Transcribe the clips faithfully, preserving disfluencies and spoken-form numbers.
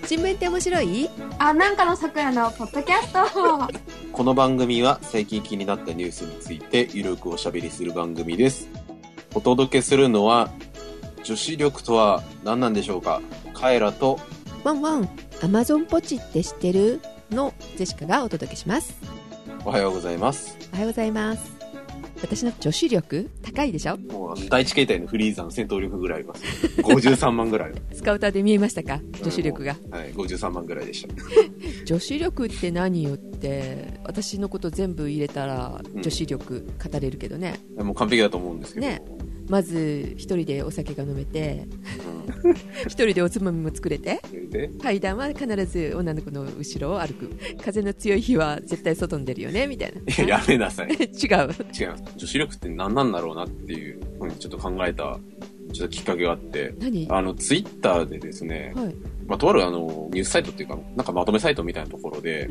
新聞って面白い？ あ、なんかの桜のポッドキャスト。 この番組は最近気になったニュースについてゆるくおしゃべりする番組です。お届けするのは、女子力とは何なんでしょうか。カエラとワンワン、アマゾンポチって知ってるのジェシカがお届けします。 おはようございます。 おはようございます。私の女子力高いでしょ。 もう第一形態のフリーザの戦闘力ぐらいあります。ごじゅうさんまんぐらい。 スカウターで見えましたか、女子力が。 はい、ごじゅうさんまんぐらいでした。 女子力って何よって、私のこと全部入れたら女子力語れるけどね、 うん、もう完璧だと思うんですけどね。 まず一人でお酒が飲めて、うん、一人でおつまみも作れて、階段は必ず女の子の後ろを歩く、風の強い日は絶対外に出るよねみたいな。 やめなさい。違う違う女子力って何なんだろうなっていうふうにちょっと考えたちょっときっかけがあって、 何あのツイッターでですね、はい、まあ、とあるあのニュースサイトっていうかなんかまとめサイトみたいなところで、うん、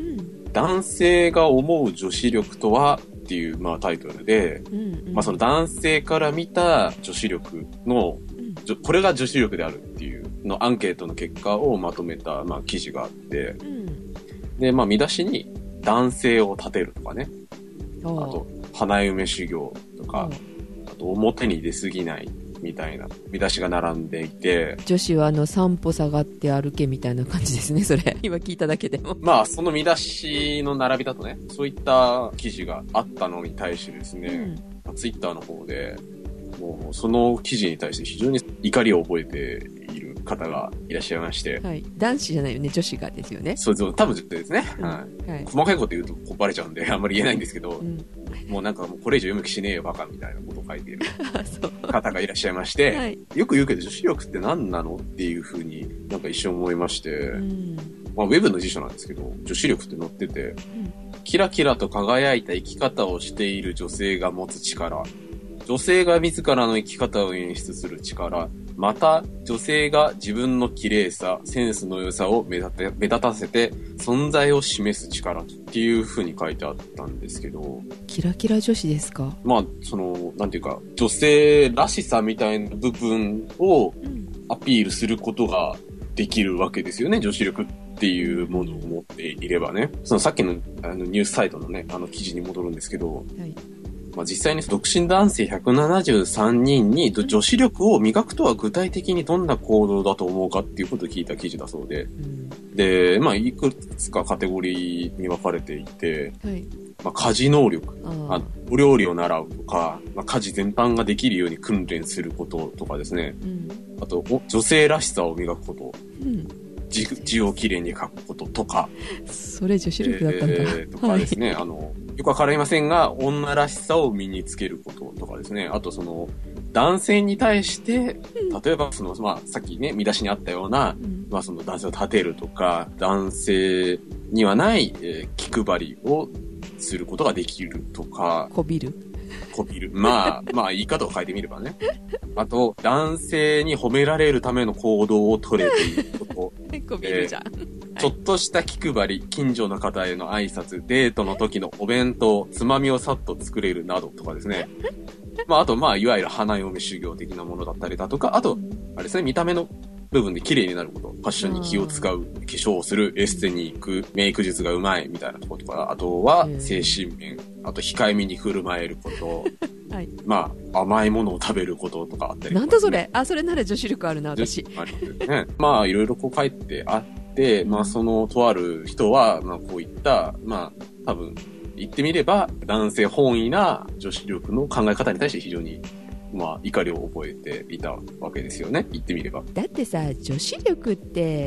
男性が思う女子力とはっていう、まあ、タイトルで、うんうん、まあ、その男性から見た女子力の、うん、これが女子力であるっていうのアンケートの結果をまとめた、まあ、記事があって、うん、で、まあ、見出しに男性を立てるとかね、あと花嫁修行とか、あと表に出過ぎないみたいな見出しが並んでいて、 女子はあの散歩下がって歩けみたいな感じですね、それ。今聞いただけでも。 まあその見出しの並びだとね、そういった記事があったのに対してですね、うん、ツイッターの方でもうその記事に対して非常に怒りを覚えている方がいらっしゃいまして、 はい、男子じゃないよね、女子がですよね。 そうそう、多分ですね、うん、はいはい、細かいこと言うとバレちゃうんであんまり言えないんですけど、うん、もうなんかもうこれ以上読む気しねえよバカみたいなことを書いている方がいらっしゃいまして、はい、よく言うけど女子力って何なのっていうふうになんか一瞬思いまして、うん、まあ、ウェブの辞書なんですけど女子力って載ってて、うん、キラキラと輝いた生き方をしている女性が持つ力、女性が自らの生き方を演出する力、また女性が自分の綺麗さ、センスの良さを目立て、目立たせて存在を示す力っていう風に書いてあったんですけど、 キラキラ女子ですか。 まあそのなんていうか女性らしさみたいな部分をアピールすることができるわけですよね、女子力っていうものを持っていればね。そのさっきのあのニュースサイトのねあの記事に戻るんですけど。はい、まあ、実際に独身男性ひゃくななじゅうさんにんに女子力を磨くとは具体的にどんな行動だと思うかっていうことを聞いた記事だそうで、うん、で、まあ、いくつかカテゴリーに分かれていて、はい、まあ、家事能力、あお料理を習うとか、まあ、家事全般ができるように訓練することとかですね、うん、あと女性らしさを磨くこと、うん、字, 字をきれいに書くこととか、 それ女子力だったんだ、えー、とかですね、はい、あのよくわかりませんが女らしさを身につけることとかですね、あとその男性に対して例えばその、まあ、さっきね見出しにあったような、うん、まあ、その男性を立てるとか男性にはない、えー、気配りをすることができるとか、 こびるこびるまあまあ言い方を変えてみればね、あと男性に褒められるための行動を取れていることこびるじゃん、えーちょっとした気配り、近所の方への挨拶、デートの時のお弁当、つまみをさっと作れるなどとかですね。まあ、あと、まあ、いわゆる花嫁修行的なものだったりだとか、あと、あれですね、見た目の部分で綺麗になること、ファッションに気を使う、化粧をする、エステに行く、メイク術がうまいみたいなところとか、あとは精神面、あと控えめに振る舞えること、はい、まあ、甘いものを食べることとかあったりとか、ね。 なんだそれ、あ、それなら女子力あるな、私。 ありますね。まあ、いろいろこう書いてあって、で、まあ、その、とある人は、まあ、こういった、まあ、多分、言ってみれば、男性本位な女子力の考え方に対して非常に、まあ、怒りを覚えていたわけですよね。言ってみれば。 だってさ、女子力って、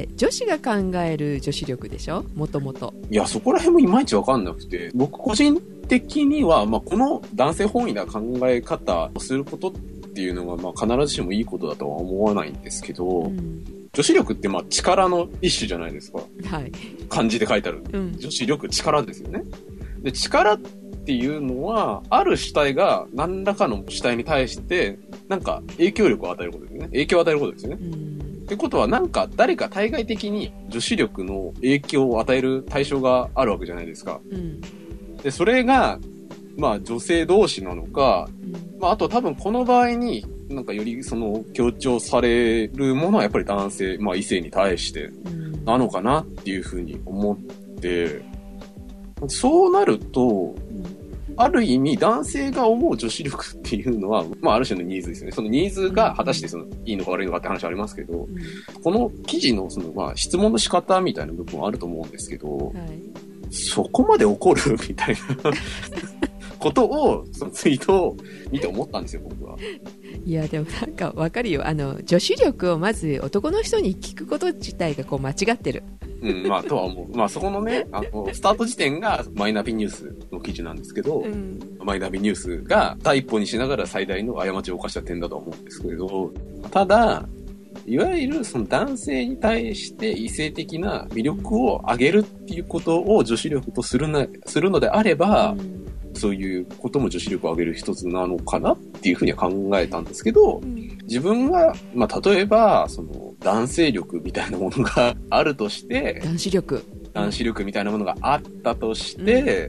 女子が考える女子力でしょ？もともと。 いや、そこら辺もいまいちわかんなくて、僕個人的には、まあ、この男性本位な考え方をすることっていうのが、まあ、必ずしもいいことだとは思わないんですけど、うん、女子力ってまあ力の一種じゃないですか。はい。漢字で書いてある。うん、女子力、力ですよね。で、力っていうのは、ある主体が何らかの主体に対して、なんか影響力を与えることですよね。影響を与えることですよね。うん、ってことは、なんか誰か対外的に女子力の影響を与える対象があるわけじゃないですか。うん、で、それが、まあ女性同士なのか、うん、まああと多分この場合に、なんかよりその強調されるものはやっぱり男性、まあ異性に対してなのかなっていうふうに思って、そうなると、ある意味男性が思う女子力っていうのは、まあある種のニーズですよね。そのニーズが果たしてそのいいのか悪いのかって話ありますけど、うん、この記事のそのまあ質問の仕方みたいな部分はあると思うんですけど、はい、そこまで怒るみたいなことを、そのツイートを見て思ったんですよ、僕は。 いや、でもなんかわかるよ。あの、女子力をまず男の人に聞くこと自体がこう間違ってる。 うん、まあ、とは思う。まあ、そこのね、あの、スタート時点がマイナビニュースの記事なんですけど、うん、マイナビニュースが第一歩にしながら最大の過ちを犯した点だと思うんですけれど、ただ、いわゆるその男性に対して異性的な魅力を上げるっていうことを女子力とするな、するのであれば、うん、そういうことも女子力を上げる一つなのかなっていうふうには考えたんですけど、うん、自分が、まあ、例えば、その、男性力みたいなものがあるとして、 男子力。 男子力みたいなものがあったとして、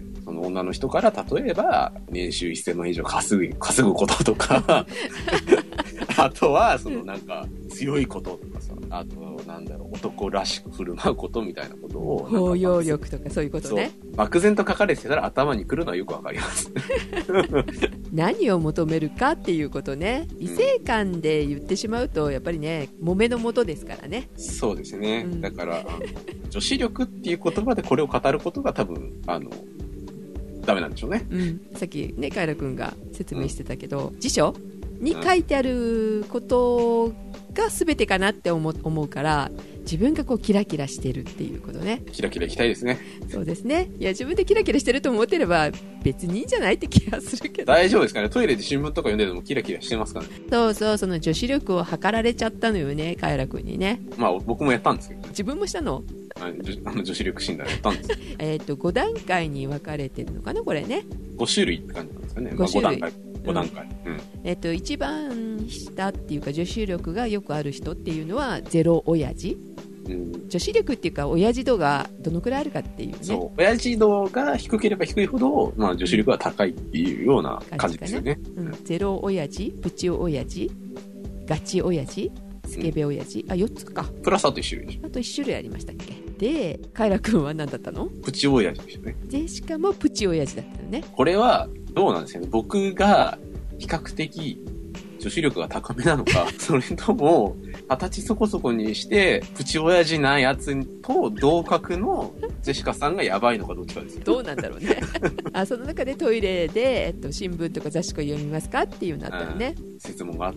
うん、その女の人から例えば、年収せんまん以上稼ぐ、稼ぐこととか、あとは、そのなんか、強いこととかさ、あと、なんだろう、男らしく振る舞うことみたいなことを。 包容力とかそういうことね。 漠然と書かれてたら頭に来るのはよくわかります。 何を求めるかっていうことね。異性間で言ってしまうと、やっぱりね、揉めの元ですからね。 そうですね。うん、だから、女子力っていう言葉でこれを語ることが多分、あの、ダメなんでしょうね。 うん。さっきね、カイラ君が説明してたけど、うん、辞書に書いてあることが全てかなって思う、思うから自分がこうキラキラしてるっていうことね。 キラキラいきたいですね。 そうですね。いや自分でキラキラしてると思ってれば別にいいんじゃないって気がするけど。 大丈夫ですかね。トイレで新聞とか読んでるのもキラキラしてますかね。 そうそう、その女子力を測られちゃったのよね、カエラ君にね。 まあ僕もやったんですけど、ね、 自分もしたの。 あの女子力診断やったんですえっとご段階に分かれてるのかなこれね。 ご種類って感じなんですかね。ご種類、まあ、ご段階ご段階、うんうん、 えっと一番下っていうか女子力がよくある人っていうのはゼロ親父、うん、女子力っていうか親父度がどのくらいあるかっていうね。 そう親父度が低ければ低いほど、まあ、女子力は高いっていうような感じですよね。 うん、ゼロ親父、プチ親父、ガチ親父、スケベ親父、うん、あよっつか。 プラスあといち種類でしょ。 あといち種類ありましたっけ。でカイラ君は何だったの。 プチ親父でしたね。 でしかもプチ親父だったのね。 これはどうなんですかね。僕が比較的女子力が高めなのかそれとも二十歳そこそこにしてプチ親父なやつと同格のジェシカさんがやばいのかどっちかですよ。 どうなんだろうねあその中でトイレで、えっと、新聞とか雑誌を読みますかっていうのあったよね、 うん、質問があって、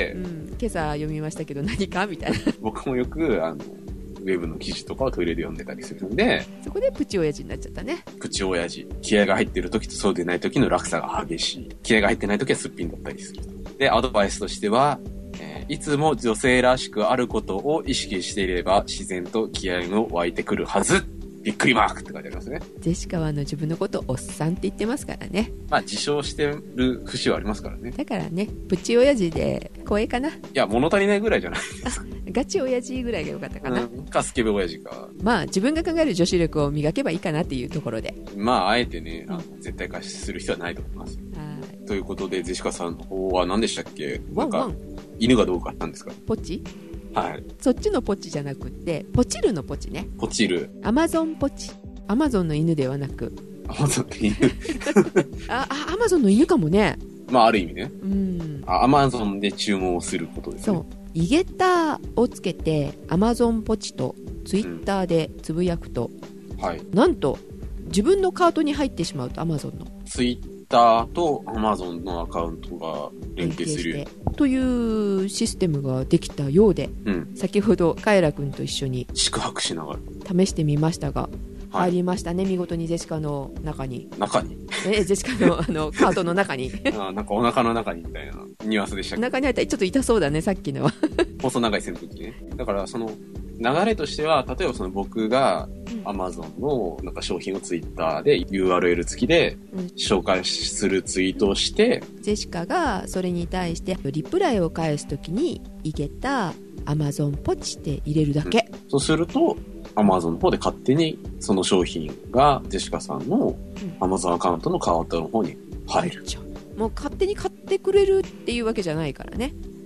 うん、 今朝読みましたけど何かみたいな僕もよくあのウェブの記事とかをトイレで読んでたりするんで、 そこでプチ親父になっちゃったね。 プチ親父。気合が入ってる時とそうでない時の落差が激しい。気合が入ってない時はすっぴんだったりすると。で、アドバイスとしては、えー、いつも女性らしくあることを意識していれば自然と気合も湧いてくるはず。びっくりマークって書いてありますね。 ジェシカはあの自分のことをおっさんって言ってますからね。 まあ自称してる節はありますからね。 だからね、プチ親父で光栄かな。いや、物足りないぐらいじゃないですか。 ガチ親父ぐらいが良かったかな。うん、 かスケベ親父か。 まあ自分が考える女子力を磨けばいいかなっていうところで。 まああえてね、あの絶対化する必要はないと思います。はい。ということで、ジェシカさんの方は何でしたっけ。なんか犬がどうかあったんですか。 ポチ。 はい。 そっちのポチじゃなくて、ポチるのポチね。 ポチる。 アマゾンポチ。アマゾンの犬ではなく。 アマゾンって犬あ、あ、アマゾンの犬かもね。 まあある意味ね。 うん。 アマゾンで注文をすることですね。そう。 イゲターをつけてアマゾンポチとツイッターでつぶやくと、 うん、はい。 なんと自分のカートに入ってしまうとアマゾンの。 ツイッターとアマゾンのアカウントが連携するというシステムができたようで、うん、先ほどカエラ君と一緒に宿泊しながら試してみましたが、入りましたね、見事にジェシカの中に。 中にえ、ジェシカのあのカートの中にあ、なんかお腹の中にみたいなニュアンスでしたっけ。 中に入ったらちょっと痛そうだね、さっきのは細長い扇風機ね。だからその流れとしては、例えばその僕が Amazon のなんか商品をツイッターで ユーアールエル 付きで紹介するツイートをして、 うん、ジェシカがそれに対してリプライを返すときにいけた Amazon ポチって入れるだけ、 うん、そうするとアマゾンの方で勝手にその商品がジェシカさんのアマゾンアカウントのカートの方に入る、 うん、もう勝手に買ってくれるっていうわけじゃないからね。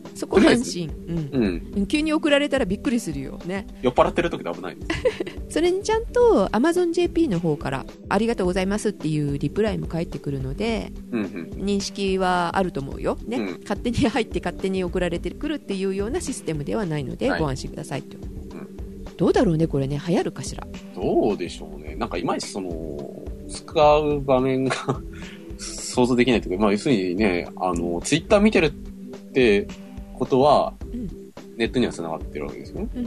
そこ安心、うんうん、 急に送られたらびっくりするよね。 酔っ払ってる時で危ないですそれにちゃんと アマゾンジェーピー の方からありがとうございますっていうリプライも返ってくるので、 うんうん、 認識はあると思うよ、ねうん、 勝手に入って勝手に送られてくるっていうようなシステムではないので、はい、ご安心くださいと、うん、どうだろうねこれね、流行るかしら。 どうでしょうね。なんかいまいちその使う場面が想像できないというか、まあ要するにね、あのツイッター見てるってことは、うん、ネットには繋がってるわけですよね、うん、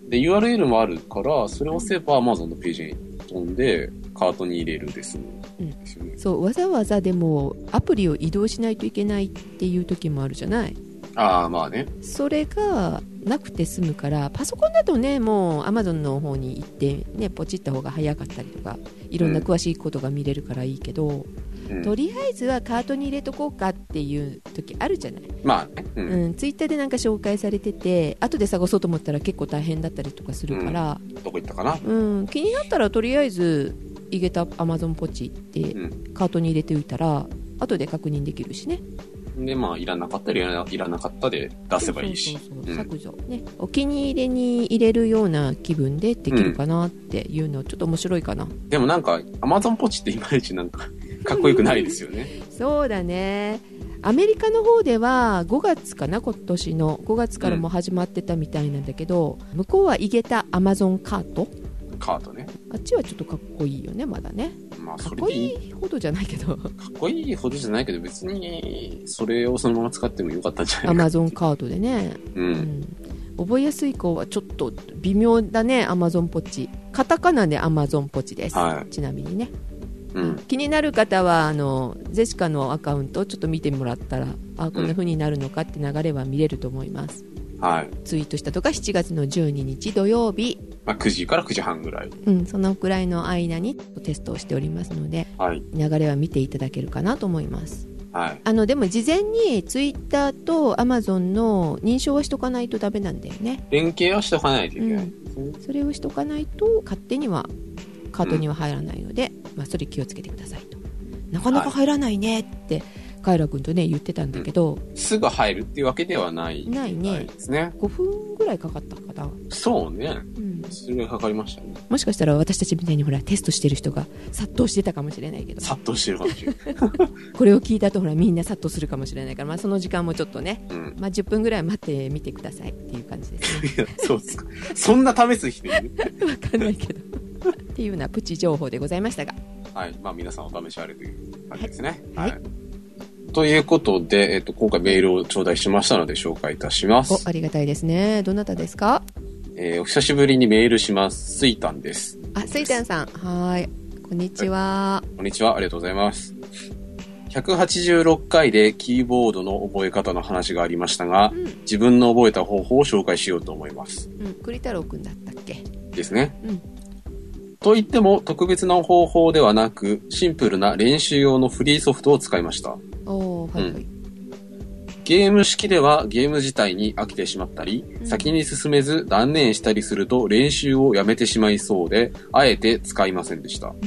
で ユーアールエル もあるから、それを押せば Amazon のページに飛んでカートに入れるですね、うん、ですよね。 そうわざわざでもアプリを移動しないといけないっていう時もあるじゃない。 ああまあね、 それがなくて済むから、パソコンだとねもう Amazon の方に行ってねポチった方が早かったりとか、いろんな詳しいことが見れるからいいけど、うん、とりあえずはカートに入れとこうかっていう時あるじゃない。 まあね、うんうん、ツイッターでなんか紹介されてて後で探そうと思ったら結構大変だったりとかするから、 うん、どこ行ったかな、 うん、気になったらとりあえずイゲタ Amazon ポチってカートに入れておいたら後で確認できるしね。 でまあいらなかったりいらなかったで出せばいいし、 そうそうそう、削除ね、お気に入りに入れるような気分でできるかなっていうの、うん、ちょっと面白いかな。 でもなんか Amazon ポチっていまいちなんかかっこよくないですよねそうだね。アメリカの方ではごがつかな、今年のごがつからも始まってたみたいなんだけど、うん、向こうはイゲタ Amazon カートカートね。 あっちはちょっとかっこいいよね、まだね。 まあ、 それでいいかっこいいほどじゃないけどかっこいいほどじゃないけど別にそれをそのまま使ってもよかったんじゃないか。 Amazon カートでね、うん、うん、覚えやすい子はちょっと微妙だね。 Amazon ポチカタカナで Amazon ポチです、はい、ちなみにね、うん、気になる方はあのジェシカのアカウントをちょっと見てもらったら、あこんな風になるのかって流れは見れると思います、 はい、 ツイートしたとかしちがつのじゅうににち土曜日、 まあ、くじからくじはんぐらい、 うん、そのくらいの間にテストをしておりますので、はい、流れは見ていただけるかなと思います、はい、あのでも事前にツイッターとアマゾンの認証はしとかないとダメなんだよね。 連携はしとかないといけない、 うん、それをしとかないと勝手にはカートには入らないので、うん、まあ、それ気をつけてくださいと。なかなか入らないねって、はい、カイラ君とね言ってたんだけど、 うん、すぐ入るっていうわけではないないねですね。 ごふんぐらいかかったかな。そうね、うん、それがかかりましたね。 もしかしたら私たちみたいにほらテストしてる人が殺到してたかもしれないけど、 殺到してるかもしれないこれを聞いたとほらみんな殺到するかもしれないから、まあ、その時間もちょっとね、うん、まあ、じゅっぷんぐらい待ってみてくださいっていう感じですね。 いやそうですか。そんな試す人いるわかんないけどっていうようなプチ情報でございましたが、 はい、まあ皆さんお試しあれという感じですね。 はい、はい、 ということで、えっと、今回メールを頂戴しましたので紹介いたします。 お、ありがたいですね。どなたですか？ えー、お久しぶりにメールします。スイタンです。 あ、スイタンさん。はい。こんにちは、 はい。こんにちは。ありがとうございます。ひゃくはちじゅうろっかいでキーボードの覚え方の話がありましたが、うん、自分の覚えた方法を紹介しようと思います。 うん、栗太郎くんだったっけ？ ですね。うん。と言っても特別な方法ではなく、シンプルな練習用のフリーソフトを使いました。 おー、はいはい。うん、 ゲーム式ではゲーム自体に飽きてしまったり、うん、先に進めず断念したりすると練習をやめてしまいそうで、あえて使いませんでした。うん、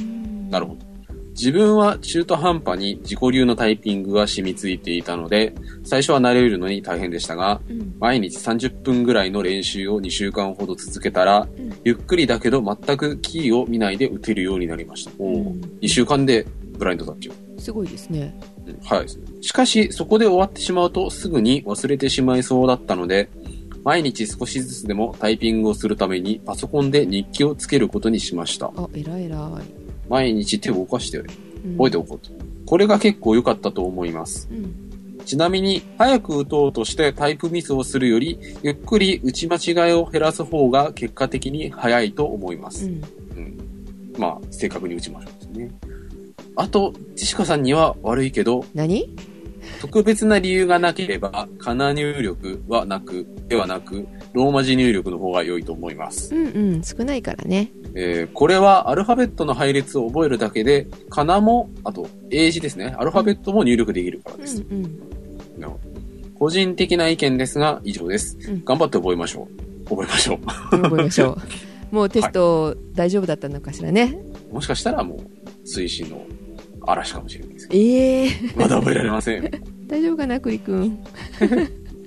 なるほど。自分は中途半端に自己流のタイピングが染みついていたので、最初は慣れるのに大変でしたが、うん、毎日さんじゅっぷんぐらいの練習をにしゅうかんほど続けたら、うん、ゆっくりだけど全くキーを見ないで打てるようになりました。うん、にしゅうかんでブラインドタッチを。 すごいですね。 うん、はいですね。しかし、そこで終わってしまうとすぐに忘れてしまいそうだったので、毎日少しずつでもタイピングをするためにパソコンで日記をつけることにしました。 あ、偉い偉い。 毎日手を動かして覚えておこうと。うん、これが結構良かったと思います。うん、ちなみに、早く打とうとしてタイプミスをするより、ゆっくり打ち間違いを減らす方が結果的に早いと思います。うんうん、まあ、正確に打ちましょうですね。あと、ジシカさんには悪いけど、 何？ 特別な理由がなければ、カナ入力はなく、ではなく、ローマ字入力の方が良いと思います。 うんうん、少ないからね。 えー、これはアルファベットの配列を覚えるだけで、カナも、あと、英字ですね。アルファベットも入力できるからです。うんうん、個人的な意見ですが、以上です。うん、頑張って覚えましょう。覚えましょう。 覚えましょう。もうテスト大丈夫だったのかしらね。はい、 もしかしたらもう、推進の嵐かもしれないですけど。 ええー。 まだ覚えられません。 大丈夫かな、栗くん。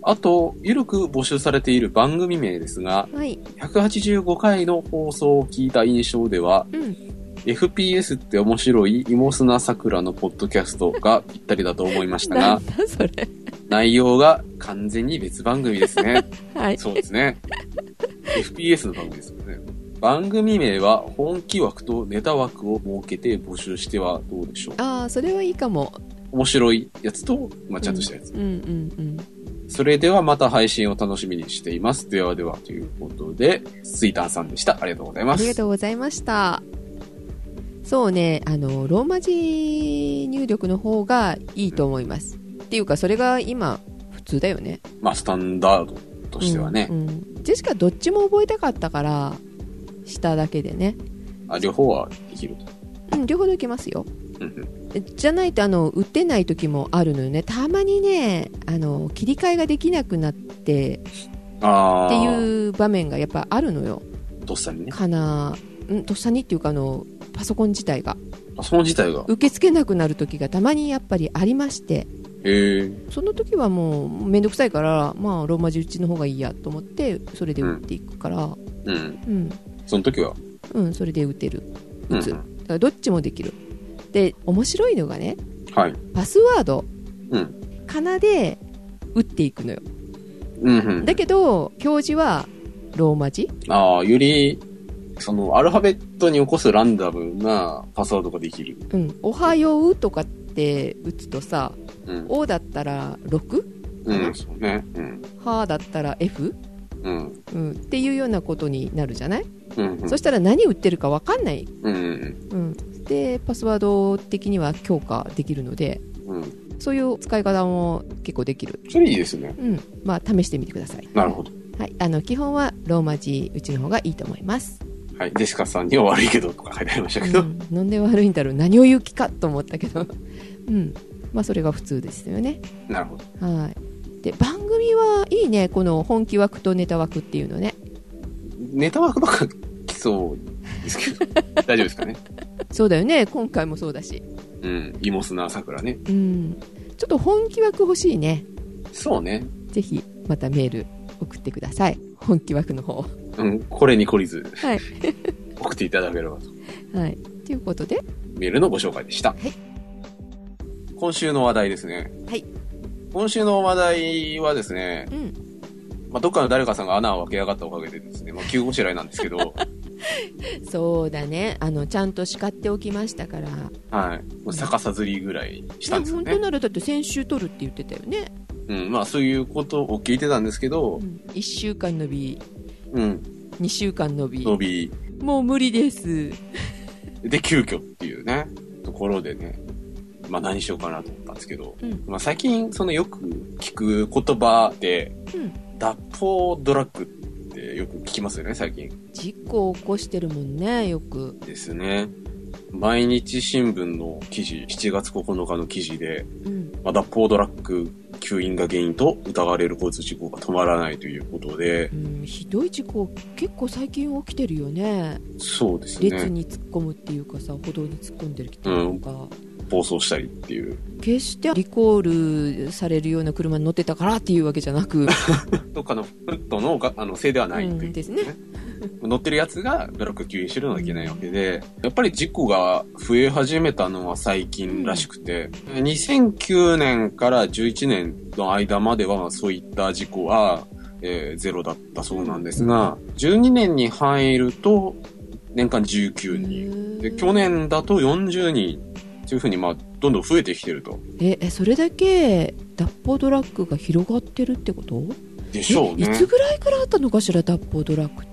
あと、ゆるく募集されている番組名ですが、 はい。 ひゃくはちじゅうごかいの放送を聞いた印象では、 うん。 エフピーエス って面白い芋砂桜のポッドキャストがぴったりだと思いましたが、 なんだそれ。 内容が完全に別番組ですね。 はい。 そうですね。エフピーエス の番組ですよね。番組名は本気枠とネタ枠を設けて募集してはどうでしょう。 ああ、それはいいかも。 面白いやつと、まあ、ちゃんとしたやつ。 うん、うん、うんうん。 それではまた配信を楽しみにしています。ではではということで、スイタンさんでした。ありがとうございます。 ありがとうございました。そうね、あの、ローマ字入力の方がいいと思います。うん、っていうか、それが今、普通だよね。 まあ、スタンダードとしてはね。 うん、うん。ジェシカどっちも覚えたかったから、下だけでね。 あ、両方はできると。うん、両方できますよ。 うんうんじゃないとあの打てない時もあるのよね。たまにね、あの切り替えができなくなってあっていう場面がやっぱあるのよ。 とっさにね。 かな、んとっさにっていうかあのパソコン自体がパソコン自体が受け付けなくなる時がたまにやっぱりありまして、 へえ。 その時はもうめんどくさいから、まあローマ字打ちの方がいいやと思ってそれで打っていくから、 うん、うんうん、 その時はうんそれで打てる打つ、 うん、 だからどっちもできる。で面白いのがね、 はい、 パスワード、 うん、 かなで打っていくのよ、 うんうん、 だけど表示はローマ字。 ああ、よりそのアルファベットに起こすランダムなパスワードができる。 うん、おはようとかって打つとさ、 うん、 O だったらろく、 うん、そうね、うん、 はだったら F、 うんうん、っていうようなことになるじゃない、 うんうん、 そしたら何打ってるか分かんない、 うんうんうん、でパスワード的には強化できるので、 うん、 そういう使い方も結構できる。 それいいですね。 うん、まあ試してみてください。 なるほど。 はい、あの基本はローマ字打ちの方がいいと思います。 はい、ジェシカさんには悪いけどとか書いてありましたけど、うん、 なんで悪いんだろう、何を言う気かと思ったけどうん、まあそれが普通ですよね。 なるほど。 はい。で番組はいいね、この本気枠とネタ枠っていうのね。 ネタ枠ばっか来そうですけど大丈夫ですかね。 そうだよね、今回もそうだし、 うん、芋砂桜ね、 うん、ちょっと本気枠欲しいね。 そうね、 ぜひまたメール送ってください、本気枠の方。 うん、これに懲りず、 はい、 送っていただければと。 はい、ということでメールのご紹介でした。 はい、 今週の話題ですね。 はい、 今週の話題はですね、 うん、 まあ、どっかの誰かさんが穴を開けやがったおかげでですね、まあ、急ごしらえなんですけどそうだね、あのちゃんと叱っておきましたから。 はい、もう逆さずりぐらいしたんですよね。 本当ならだって先週取るって言ってたよね。 うん、まあそういうことを聞いてたんですけど、 うん、いっしゅうかん伸び、 うん、 にしゅうかん伸び伸び、 もう無理ですで急遽っていうねところでね、まあ何しようかなと思ったんですけど、うん、まあ最近そのよく聞く言葉で、うん、脱法ドラッグってよく聞きますよね最近。 事故を起こしてるもんね、よくですね。毎日新聞の記事、しちがつここのかの記事で、うん、まあ、脱法ドラッグ吸引が原因と疑われる交通事故が止まらないということで、 うん、ひどい事故結構最近起きてるよね。 そうですね。 列に突っ込むっていうかさ、歩道に突っ込んでる人とか、 うん、暴走したりっていう。 決してリコールされるような車に乗ってたからっていうわけじゃなくどっかのフットのがあのせいではないという、ね、うん、ですね。乗ってるやつがドラッグ吸引してるのはいけないわけで、やっぱり事故が増え始めたのは最近らしくて、うん、にせんきゅうねんからじゅういちねんの間まではそういった事故は、えー、ゼロだったそうなんですが、じゅうにねんに入ると年間じゅうきゅうにんで、去年だとよんじゅうにんというふうに、まあどんどん増えてきてると。 ええ、それだけ脱法ドラッグが広がってるってことでしょうね。 いつぐらいからあったのかしら、脱法ドラッグって。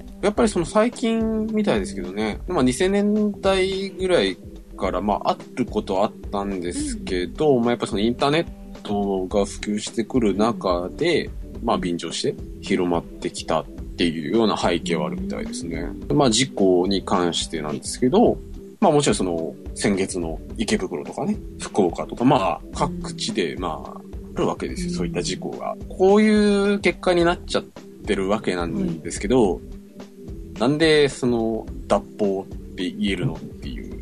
やっぱりその最近みたいですけどね、まあ、にせんねんだいぐらいからまああることはあったんですけど、うん、まあ、やっぱりそのインターネットが普及してくる中で、まあ便乗して広まってきたっていうような背景はあるみたいですね。まあ事故に関してなんですけど、まあもちろんその先月の池袋とかね、福岡とか、まあ各地でまああるわけですよ、そういった事故が。こういう結果になっちゃってるわけなんですけど、うん、なんでその脱法って言えるのっていう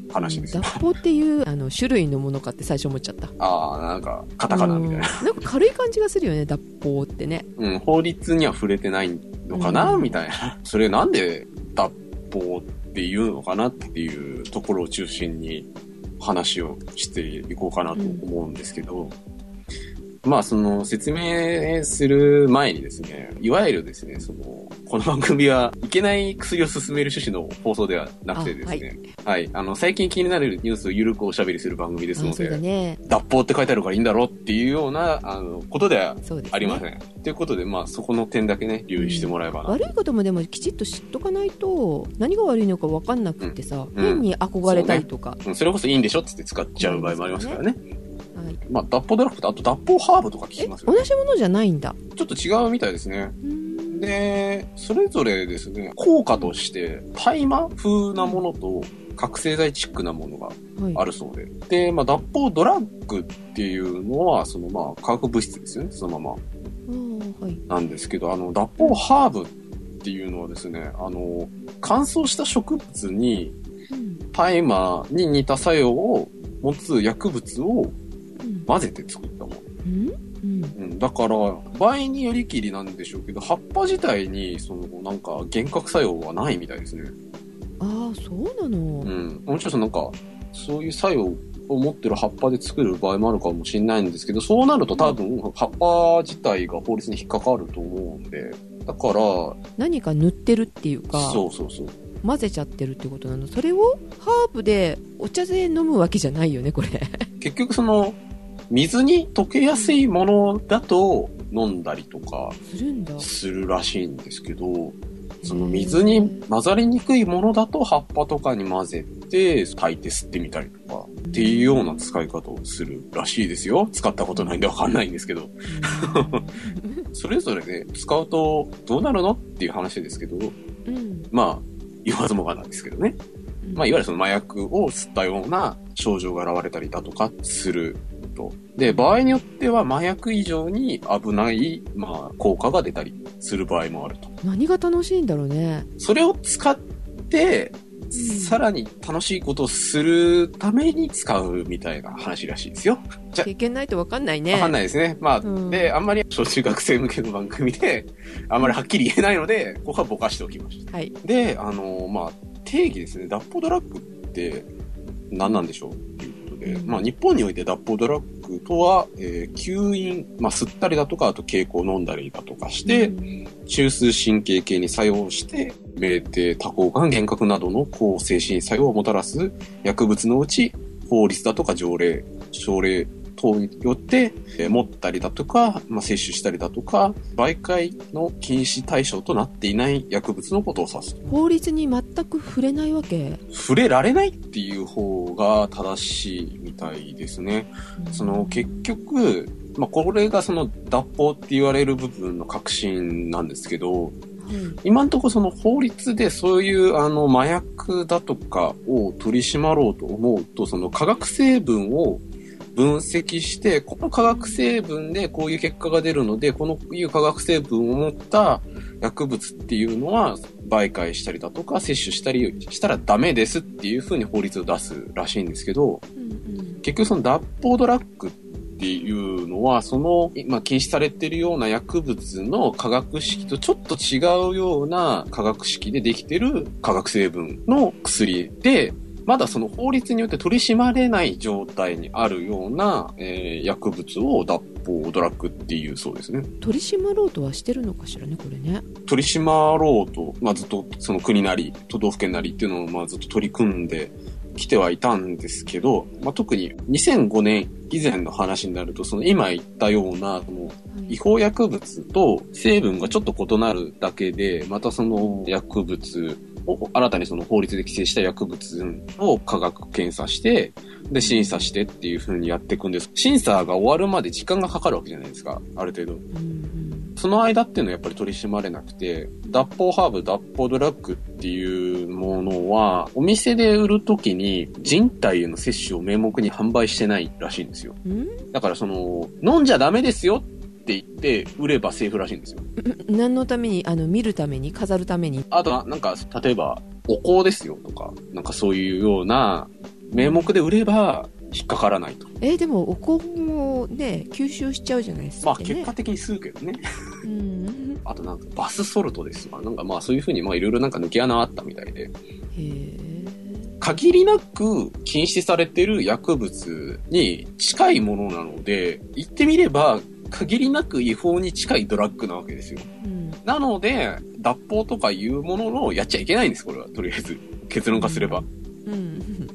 話ですよ。 脱法っていうあの種類のものかって最初思っちゃった。 ああ、なんかカタカナみたいな。 なんか軽い感じがするよね、脱法ってね。 うん、法律には触れてないのかな、 うん、みたいな。それなんで脱法っていうのかなっていうところを中心に話をしていこうかなと思うんですけど、うん、まあその説明する前にですね、いわゆるですね、そのこの番組はいけない薬を勧める趣旨の放送ではなくてですね、はい、はい、あの最近気になるニュースをゆるくおしゃべりする番組ですので、ね、脱法って書いてあるからいいんだろうっていうようなあのことではありません。ということで、まあそこの点だけね留意してもらえばな、 うん、悪いこともでもきちっと知っとかないと何が悪いのか分かんなくてさ、うん、変に憧れたりとか、 そ, ね、それこそいいんでしょっつって使っちゃう場合もありますからね。はい、まあ脱法ドラッグとあと脱法ハーブとか聞きますよね。 同じものじゃないんだ。 ちょっと違うみたいですね。で、それぞれですね、効果として大麻風なものと覚醒剤チックなものがあるそうで、はい、で、まあ脱法ドラッグっていうのはそのまあ化学物質ですよね、そのまま、はい、なんですけど、あの脱法ハーブっていうのはですね、あの乾燥した植物に大麻に似た作用を持つ薬物を混ぜて作ったもの、うんうんうん、だから場合によりきりなんでしょうけど、葉っぱ自体にそのなんか幻覚作用はないみたいですね。 ああ、そうなの。 うん、もちろんなんかそういう作用を持ってる葉っぱで作る場合もあるかもしれないんですけど、そうなると多分葉っぱ自体が法律に引っかかると思うんで、だから何か塗ってるっていうか、 そうそうそう、 混ぜちゃってるってことなの。それをハーブでお茶で飲むわけじゃないよね、これ。 結局その水に溶けやすいものだと飲んだりとかするらしいんですけど、その水に混ざりにくいものだと葉っぱとかに混ぜて炊いて吸ってみたりとかっていうような使い方をするらしいですよ。使ったことないんでわかんないんですけど。それぞれね、使うとどうなるのっていう話ですけど、うん、まあ言わずもがなんですけどね。まあいわゆるその麻薬を吸ったような症状が現れたりだとかする。で、場合によっては麻薬以上に危ない、まあ、効果が出たりする場合もあると。 何が楽しいんだろうね。 それを使って、うん、さらに楽しいことをするために使うみたいな話らしいですよ。 じゃ経験ないと分かんないね。 分かんないですね。まあ、うん、で、あんまり小中学生向けの番組で、あんまりはっきり言えないので、ここはぼかしておきました。はい。で、あの、まあ、定義ですね。脱法ドラッグって何なんでしょうっていう。まあ、日本において脱法ドラッグとは、えー、吸引、まあ、吸ったりだとか、あと経口飲んだりだとかして、うん、中枢神経系に作用して、酩酊、多幸感、幻覚などの抗精神作用をもたらす薬物のうち、法律だとか条例、省令等によって、えー、持ったりだとか、まあ、摂取したりだとか、媒介の禁止対象となっていない薬物のことを指す。 法律に全く触れないわけ？ 触れられないっていう方が正しいみたいですね。うん、その結局、まあ、これがその脱法って言われる部分の核心なんですけど、うん、今のところその法律でそういうあの麻薬だとかを取り締まろうと思うと、その化学成分を分析して、この化学成分でこういう結果が出るので、このいう化学成分を持った薬物っていうのは媒介したりだとか摂取したりしたらダメですっていう風に法律を出すらしいんですけど、うんうん、結局その脱法ドラッグっていうのはその、まあ、禁止されているような薬物の化学式とちょっと違うような化学式でできている化学成分の薬で、まだその法律によって取り締まれない状態にあるような、えー、薬物を脱法ドラッグっていうそうですね。 取り締まろうとはしてるのかしらね、これね。 取り締まろうと、まあ、ずっとその国なり都道府県なりっていうのをまあずっと取り組んできてはいたんですけど、まあ、特ににせんごねん以前の話になると、その今言ったようなその違法薬物と成分がちょっと異なるだけで、またその薬物新たにその法律で規制した薬物を科学検査して、で、審査してっていう風にやっていくんです。審査が終わるまで時間がかかるわけじゃないですか、ある程度。うんうん、その間っていうのはやっぱり取り締まれなくて、脱法ハーブ、脱法ドラッグっていうものは、お店で売るときに人体への摂取を名目に販売してないらしいんですよ。だからその、飲んじゃダメですよって言って売ればセーフらしいんですよ。 何のために、あの見るために、飾るために。 あとはなんか例えばお香ですよとか、なんかそういうような名目で売れば引っかからないと。 えー、でもお香もね吸収しちゃうじゃないですか、ね、 まあ結果的に吸うけどねうんあとなんかバスソルトですとかなんかまあそういう風にまあいろいろなんか抜け穴あったみたいで、 へ限りなく禁止されてる薬物に近いものなので、言ってみれば限りなく違法に近いドラッグなわけですよ。うん、なので脱法とかいうものをやっちゃいけないんです。これはとりあえず結論化すれば。うんうん、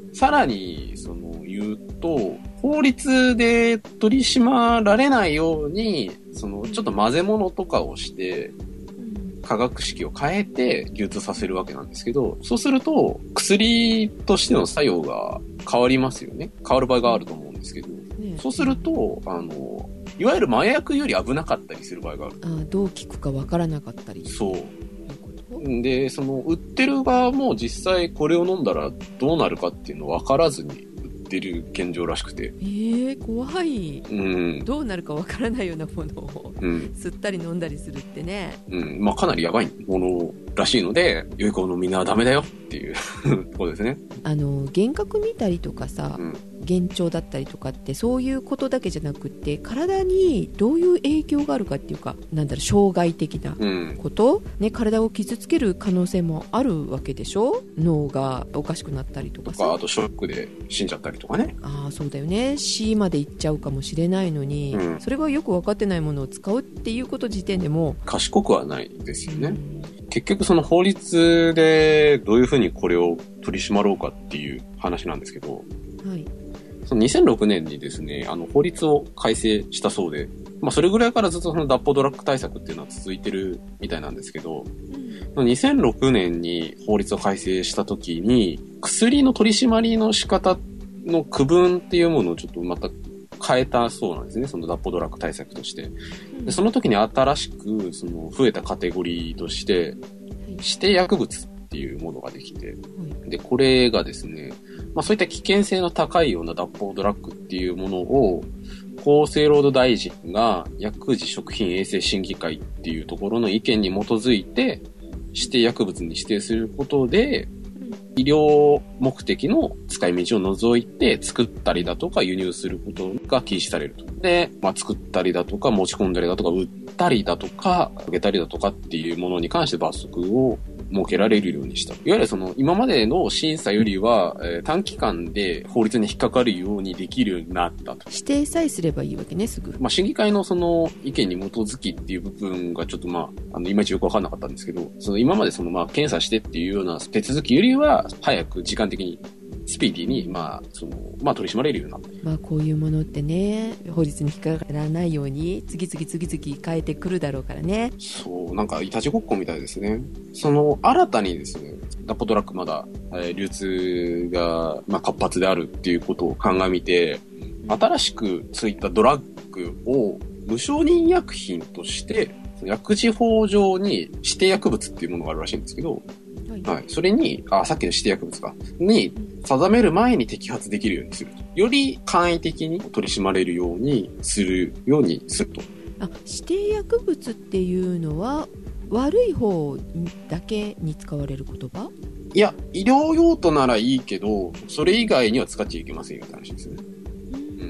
さらにその言うと法律で取り締まられないようにそのちょっと混ぜ物とかをして化学式を変えて流通させるわけなんですけど、そうすると薬としての作用が変わりますよね。変わる場合があると思うんですけど、ね、そうするとあのいわゆる麻薬より危なかったりする場合がある。 ああ、どう効くかわからなかったり。 そうで、その売ってる側も実際これを飲んだらどうなるかっていうの分からずに売ってる現状らしくて、 えー、怖い、うん、どうなるか分からないようなものを、うん、吸ったり飲んだりするってね、 うんまあ、かなりやばいものらしいので、良い子のみんなはダメだよっていうところですね。あの幻覚見たりとかさ、うん幻聴だったりとかってそういうことだけじゃなくって体にどういう影響があるかっていうか、なんだろう、障害的なこと、うんね、体を傷つける可能性もあるわけでしょ。脳がおかしくなったりとかさ、 とかあとショックで死んじゃったりとかね。 ああそうだよね、死までいっちゃうかもしれないのに、うん、それがよく分かってないものを使うっていうこと時点でも賢くはないですよね、うん、結局その法律でどういうふうにこれを取り締まろうかっていう話なんですけど、はいそのにせんろくねんにですね、あの法律を改正したそうで、まあそれぐらいからずっとその脱法ドラッグ対策っていうのは続いてるみたいなんですけど、うん、にせんろくねんに法律を改正した時に、薬の取り締まりの仕方の区分っていうものをちょっとまた変えたそうなんですね、その脱法ドラッグ対策として。でその時に新しくその増えたカテゴリーとして、指定薬物っていうものができて、で、これがですね、まあそういった危険性の高いような脱法ドラッグっていうものを厚生労働大臣が薬事食品衛生審議会っていうところの意見に基づいて指定薬物に指定することで、医療目的の使い道を除いて作ったりだとか輸入することが禁止されると。で、まあ作ったりだとか持ち込んだりだとか売ったりだとかあげたりだとかっていうものに関して罰則を設けられるようにした。いわゆるその今までの審査よりは、えー、短期間で法律に引っかかるようにできるようになったと。 指定さえすればいいわけね、すぐ。 まあ審議会のその意見に基づきっていう部分がちょっとまあ、あの、いまいちよくわかんなかったんですけど、その今までそのまあ検査してっていうような手続きよりは早く時間的にスピーディーに、まあ、その、まあ、取り締まれるようになった。 まあ、こういうものってね、法律に引っかからないように、次々次々変えてくるだろうからね。 そう、なんか、いたちごっこみたいですね。その、新たにですね、脱法ドラッグまだ、えー、流通が、まあ、活発であるっていうことを鑑みて、新しくそういったドラッグを無承認薬品として、薬事法上に指定薬物っていうものがあるらしいんですけど、はい。それに、あ、さっきの指定薬物か。に、定める前に摘発できるようにすると。より簡易的に取り締まれるようにするようにすると。 あ、指定薬物っていうのは、悪い方だけに使われる言葉？ いや、医療用途ならいいけど、それ以外には使っちゃいけませんよって話ですよね。うん。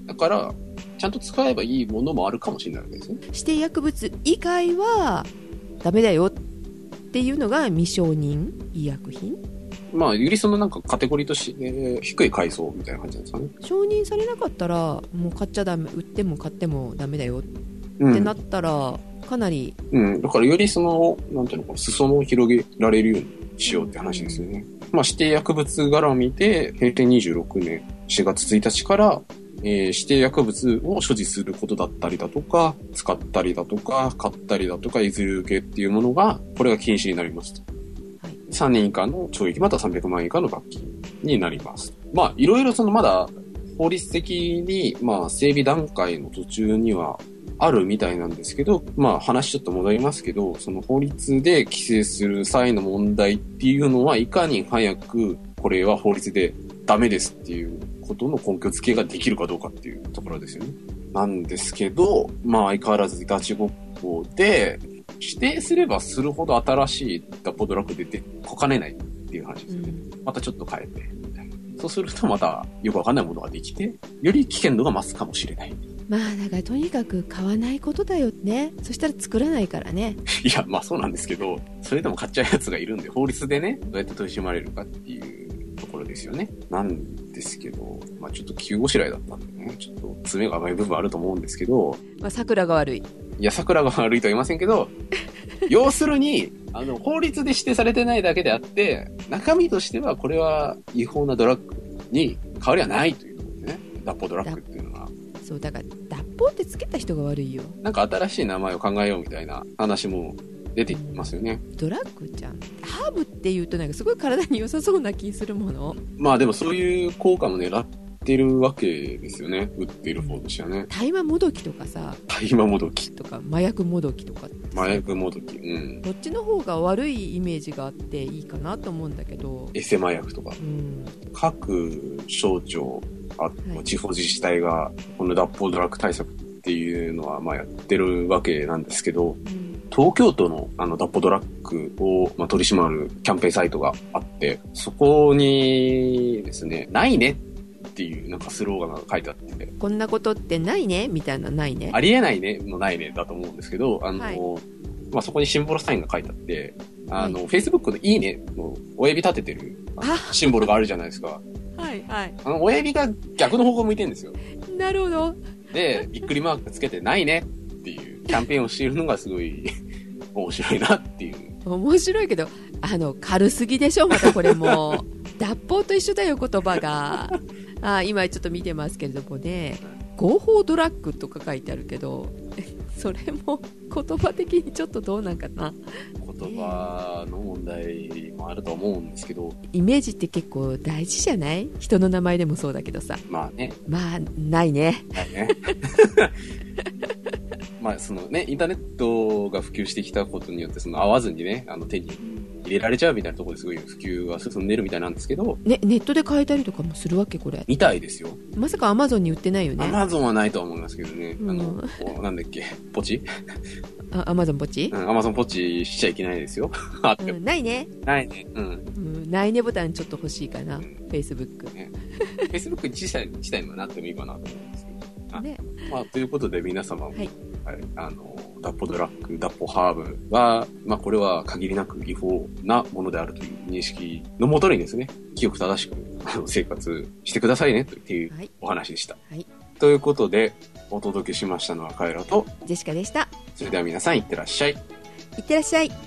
だから、ちゃんと使えばいいものもあるかもしれないわけですね。 指定薬物以外は、ダメだよっていうのが未承認医薬品。 まあよりそのなんかカテゴリーとして、ね、低い階層みたいな感じなんですかね。 承認されなかったらもう買っちゃダメ、売っても買ってもダメだよってなったら、うん、かなり、 うん、だからよりそのなんていうのか裾野を広げられるようにしようって話ですよね。うん、まあ指定薬物絡みで平成にじゅうろくねんしがつついたちから。えー、指定薬物を所持することだったりだとか、使ったりだとか、買ったりだとか、譲り受けっていうものが、これが禁止になりますと。はい、さんねん以下の懲役またはさんびゃくまんえん以下の罰金になります。まあ、いろいろそのまだ法律的に、まあ、整備段階の途中にはあるみたいなんですけど、まあ、話ちょっと戻りますけど、その法律で規制する際の問題っていうのは、いかに早くこれは法律でダメですっていうことの根拠付けができるかどうかっていうところですよね。なんですけど、まあ相変わらずいたちごっこで、指定すればするほど新しい脱法ドラッグ出てこかねないっていう話ですよね。うん、またちょっと変えてみたいな。 そうするとまたよくわかんないものができて、より危険度が増すかもしれない。 まあだからとにかく買わないことだよね。そしたら作らないからね。 いや、まあそうなんですけど、それでも買っちゃうやつがいるんで、法律でね、どうやって取り締まれるかっていうところですよね。なんですけど、まあちょっと急ごしらいだったんでね、ちょっと爪が甘い部分あると思うんですけど、 まあ桜が悪い。 いや、桜が悪いとは言いませんけど、要するに、あの、法律で指定されてないだけであって、中身としてはこれは違法なドラッグに変わりはないというところでね、脱法ドラッグっていうのは。 そうだから脱法ってつけた人が悪いよ。 なんか新しい名前を考えようみたいな話も出てきますよね。 ドラッグじゃん。ハーブっていうとなんかすごい体に良さそうな気するもの。 まあでもそういう効果も狙ってるわけですよね。売ってる方としてはね。 大麻もどきとかさ。 大麻もどきとか麻薬もどきとか。 麻薬もどき。うん。 こっちの方が悪いイメージがあっていいかなと思うんだけど。 エセ麻薬とか。 うん。 各省庁、あ、はい、地方自治体がこの脱法ドラッグ対策っていうのはまあやってるわけなんですけど、うん、東京都のあの脱法ドラッグをまあ取り締まるキャンペーンサイトがあって、そこにですね、ないねっていうなんかスローガンが書いてあって、 こんなことってないねみたいな、ないね、 ありえないねのないねだと思うんですけど、あの、はい、まあ、そこにシンボルサインが書いてあって、あの、はい、Facebook のいいねの親指立ててるシンボルがあるじゃないですか。 はいはい。 あの、親指が逆の方向向いてるんですよ。 なるほど。 で、びっくりマークつけてないねっていうキャンペーンをしているのがすごい面白いなっていう。 面白いけど、あの、軽すぎでしょ、またこれも。脱法と一緒だよ、言葉が。あ、今ちょっと見てますけれどもね、合法ドラッグとか書いてあるけど、それも言葉的にちょっとどうなんかな。 言葉の問題もあると思うんですけど、 イメージって結構大事じゃない？人の名前でもそうだけどさ。 まあね。 まあ、ないね。 ないね。まあそのね、インターネットが普及してきたことによって、その合わずにね、あの手に入れられちゃうみたいなところですごい普及が進んでるみたいなんですけど、 ね、ネットで買えたりとかもするわけこれ？ みたいですよ。 まさかアマゾンに売ってないよね？ アマゾンはないとは思いますけどね。うん、あの、なんだっけ、ポチ？ あ、アマゾンポチ？ うん、アマゾンポチしちゃいけないですよ。あって、 うん、ないね。 ないね。うん。うん、 ないねボタンちょっと欲しいかな。うん、Facebook。 ね、Facebook 自体自体にもなってもいいかなと思うんですけど。ね。まあということで皆様も、はい、はい、あの脱法ドラッグ、脱法ハーブは、まあこれは限りなく違法なものであるという認識のもとにですね、清く正しく生活してくださいねというお話でした。はいはい、ということでお届けしましたのはカエラとジェシカでした。 それでは皆さんいってらっしゃい。 いってらっしゃい。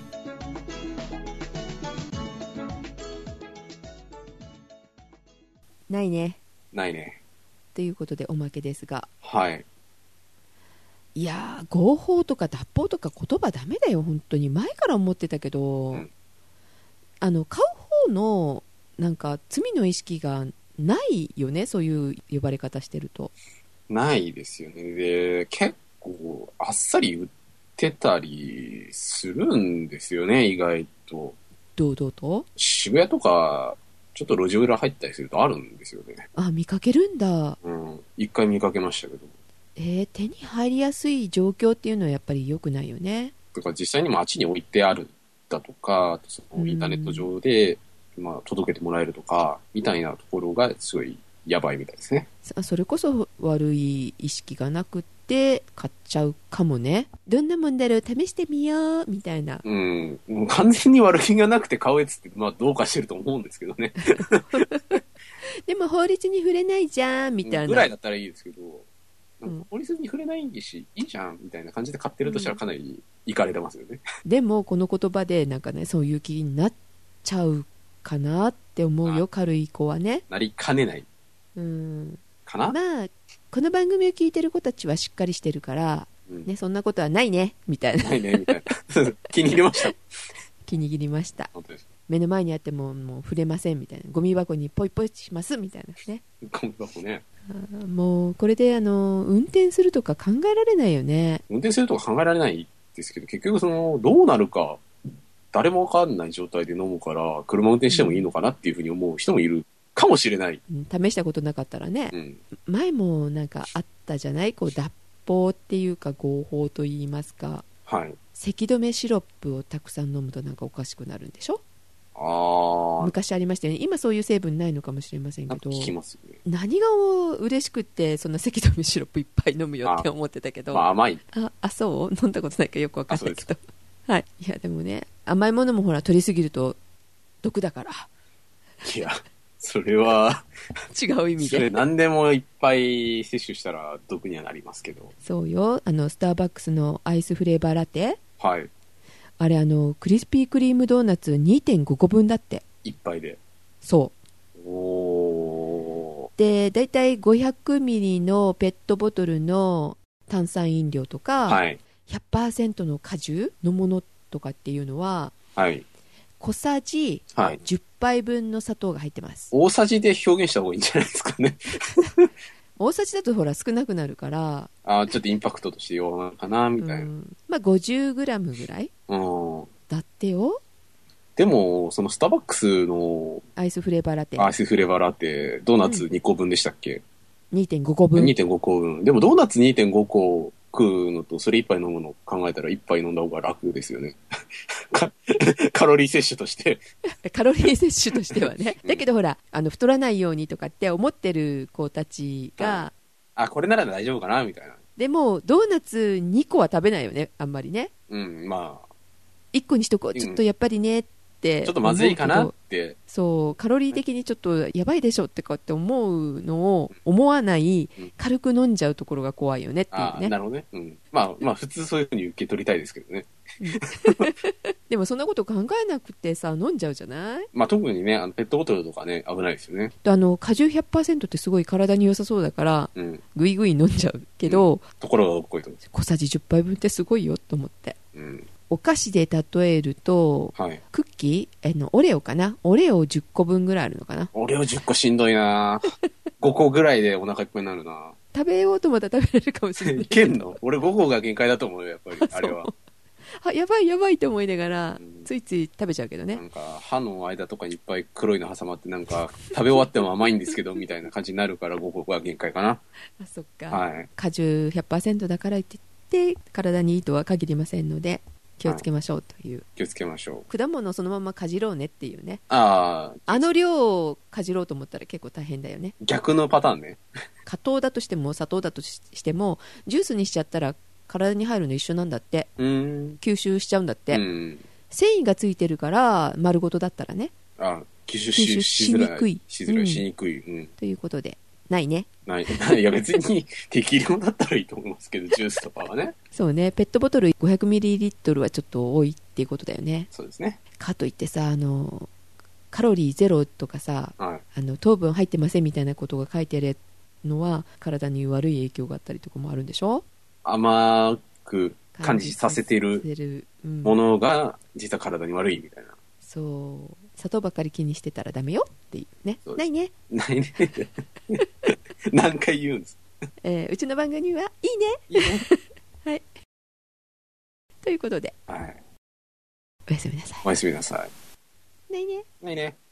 ないね。 ないね。 ということでおまけですが、 はい。 いやー、合法とか脱法とか言葉ダメだよ本当に。前から思ってたけど、うん、あの買う方のなんか罪の意識がないよね、そういう呼ばれ方してると。 ないですよね。で、結構あっさり売ってたりするんですよね、意外と。 どうどうと？ 渋谷とかちょっと路地裏入ったりするとあるんですよね。 あ、見かけるんだ。 うん、一回見かけましたけど。 えー、手に入りやすい状況っていうのはやっぱり良くないよね。 とか実際に街に置いてあるだとか、そのインターネット上で、まあ、届けてもらえるとかみたいなところがすごいやばいみたいですね。 それこそ悪い意識がなくって買っちゃうかもね。どんなもんだろう試してみようみたいな。 うん、もう完全に悪気がなくて買うやつってまあどうかしてると思うんですけどね。 でも法律に触れないじゃんみたいなぐらいだったらいいですけど、うん、法律に触れないしいいじゃんみたいな感じで買ってるとしたらかなりイカれてますよね。 うん、でもこの言葉でなんかね、そういう気になっちゃうかなって思うよ、軽い子はね。 なりかねない。 うん。 かな。 まあこの番組を聞いてる子たちはしっかりしてるから、うんね、そんなことはないねみたいな。 ないねみたいな。気に入りました。 気に入りました。 本当です。 目の前にあってももう触れませんみたいな。ゴミ箱にポイポイしますみたいなね。 ゴミ箱ね。 もうこれであの運転するとか考えられないよね。 運転するとか考えられないですけど、結局そのどうなるか誰もわかんない状態で飲むから車運転してもいいのかなっていうふうに思う人もいるかもしれない。 うん、試したことなかったらね。うん、前もなんかあったじゃない、こう脱法っていうか合法と言いますか。 はい。 咳止めシロップをたくさん飲むとなんかおかしくなるんでしょ。 ああ。 昔ありましたよね。今そういう成分ないのかもしれませんけど。 聞きますよね。 何が嬉しくってそんなせき止めシロップいっぱい飲むよって思ってたけど。 まあ甘い。 あ、あ、そう飲んだことないからよくわかんないけど。はい。いやでもね、甘いものもほら取りすぎると毒だから。 いや、それは違う意味で。 それ何でもいっぱい摂取したら毒にはなりますけど。 そうよ。あのスターバックスのアイスフレーバーラテ。 はい。 あれあのクリスピークリームドーナツ にてんご 個分だって。 いっぱいで。 そう。 おー。 でだいたいごひゃくミリのペットボトルの炭酸飲料とか、 はい、 ひゃくパーセント の果汁のものとかっていうのは、 はい、 小さじじゅっぱいぶんの砂糖が入ってます。 大さじで表現した方がいいんじゃないですかね。 大さじだとほら少なくなるから、 あ、ちょっとインパクトとして弱なのかなみたいな、うん、 まあ ごじゅうグラム ぐらい、うん、だってよ。 でもそのスターバックスのアイスフレーバーラテアイスフレーバーラテドーナツにこぶんでしたっけ、 うん、にてんご 個分にてんご 個分でもドーナツ にてんご 個食うのとそれいっぱい飲むのを考えたらいっぱい飲んだ方が楽ですよね。カロリー摂取としてカロリー摂取としてはね、だけどほらあの太らないようにとかって思ってる子たちが、 あ、これなら大丈夫かなみたいな。 でもドーナツにこは食べないよね、あんまりね。 うん、まあいっこにしとこう、ちょっとやっぱりねってちょっとまずいかなって、 そうカロリー的にちょっとやばいでしょってかって思うのを思わない、うん、軽く飲んじゃうところが怖いよねっていうね。 あ、なるほどね、うん、まあまあ普通そういうふうに受け取りたいですけどね。 でもそんなこと考えなくてさ飲んじゃうじゃない。 まあ特にねあのペットボトルとかね危ないですよね。 あの果汁 ひゃくパーセント ってすごい体に良さそうだから、うん、ぐいぐい飲んじゃうけど、うん、 ところがどっこいと小さじじゅっぱいぶんってすごいよと思って、 うん、 お菓子で例えると、 はい、 クッキーあのオレオかな、オレオじゅっこぶんぐらいあるのかな。 オレオじゅっこしんどいな。ごこぐらいでお腹いっぱいになるな。 食べようと思ったら食べれるかもしれない。 いけんの？俺ごこが限界だと思うよやっぱり。あれはあ、やばいやばいと思いながら、うん、ついつい食べちゃうけどね。 なんか歯の間とかにいっぱい黒いの挟まってなんか食べ終わっても甘いんですけどみたいな感じになるからごこが限界かな。 あ、そっか、 はい、 果汁 ひゃくパーセント だからって言って体にいいとは限りませんので気をつけましょうという、はい、 気をつけましょう。 果物をそのままかじろうねっていうね。 ああの量をかじろうと思ったら結構大変だよね。 逆のパターンね。 果糖だとしても砂糖だとしてもジュースにしちゃったら体に入るの一緒なんだって。 うーん、 吸収しちゃうんだって。 うん、繊維がついてるから丸ごとだったらね、 あ、吸収 し, しづらいしにくいしづらい、うん、しにくい、うん、 ということでないね。 ない。いや別に適量だったらいいと思いますけどジュースとかはね。 そうね、ペットボトル ごひゃくミリリットル はちょっと多いっていうことだよね。 そうですね。 かといってさ、あのカロリーゼロとかさ、 はい、 あの糖分入ってませんみたいなことが書いてあるのは体に悪い影響があったりとかもあるんでしょ。 甘く感じさせているものが実は体に悪いみたいな、うん、 そう砂糖ばっかり気にしてたらダメよっていうね。ないねないね何回言うんです、 えー、うちの番組はいいね、いいねはいということで、 はい、 おやすみなさい。 おやすみなさい。 ないねないね。